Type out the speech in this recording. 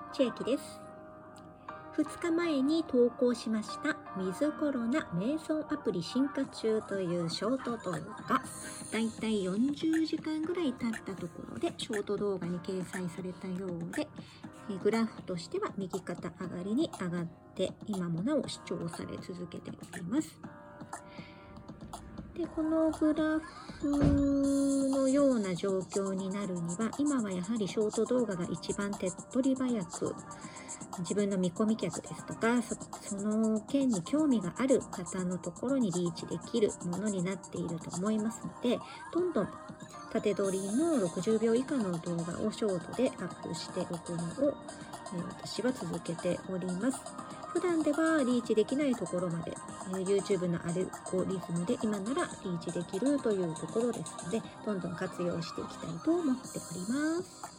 千秋です。2日前に投稿しましたウィズコロナ瞑想アプリ進化中というショート動画、だいたい40時間ぐらい経ったところでショート動画に掲載されたようで、グラフとしては右肩上がりに上がって今もなお視聴され続けております。でこのグラフのような状況になるには、今はやはりショート動画が一番手っ取り早く自分の見込み客ですとか、その件に興味がある方のところにリーチできるものになっていると思いますので、どんどん縦撮りの60秒以下の動画をショートでアップしておくのを、私は続けております。普段ではリーチできないところまで、YouTube のアルゴリズムで今ならリーチできるというところですので、どんどん活用していきたいと思っております。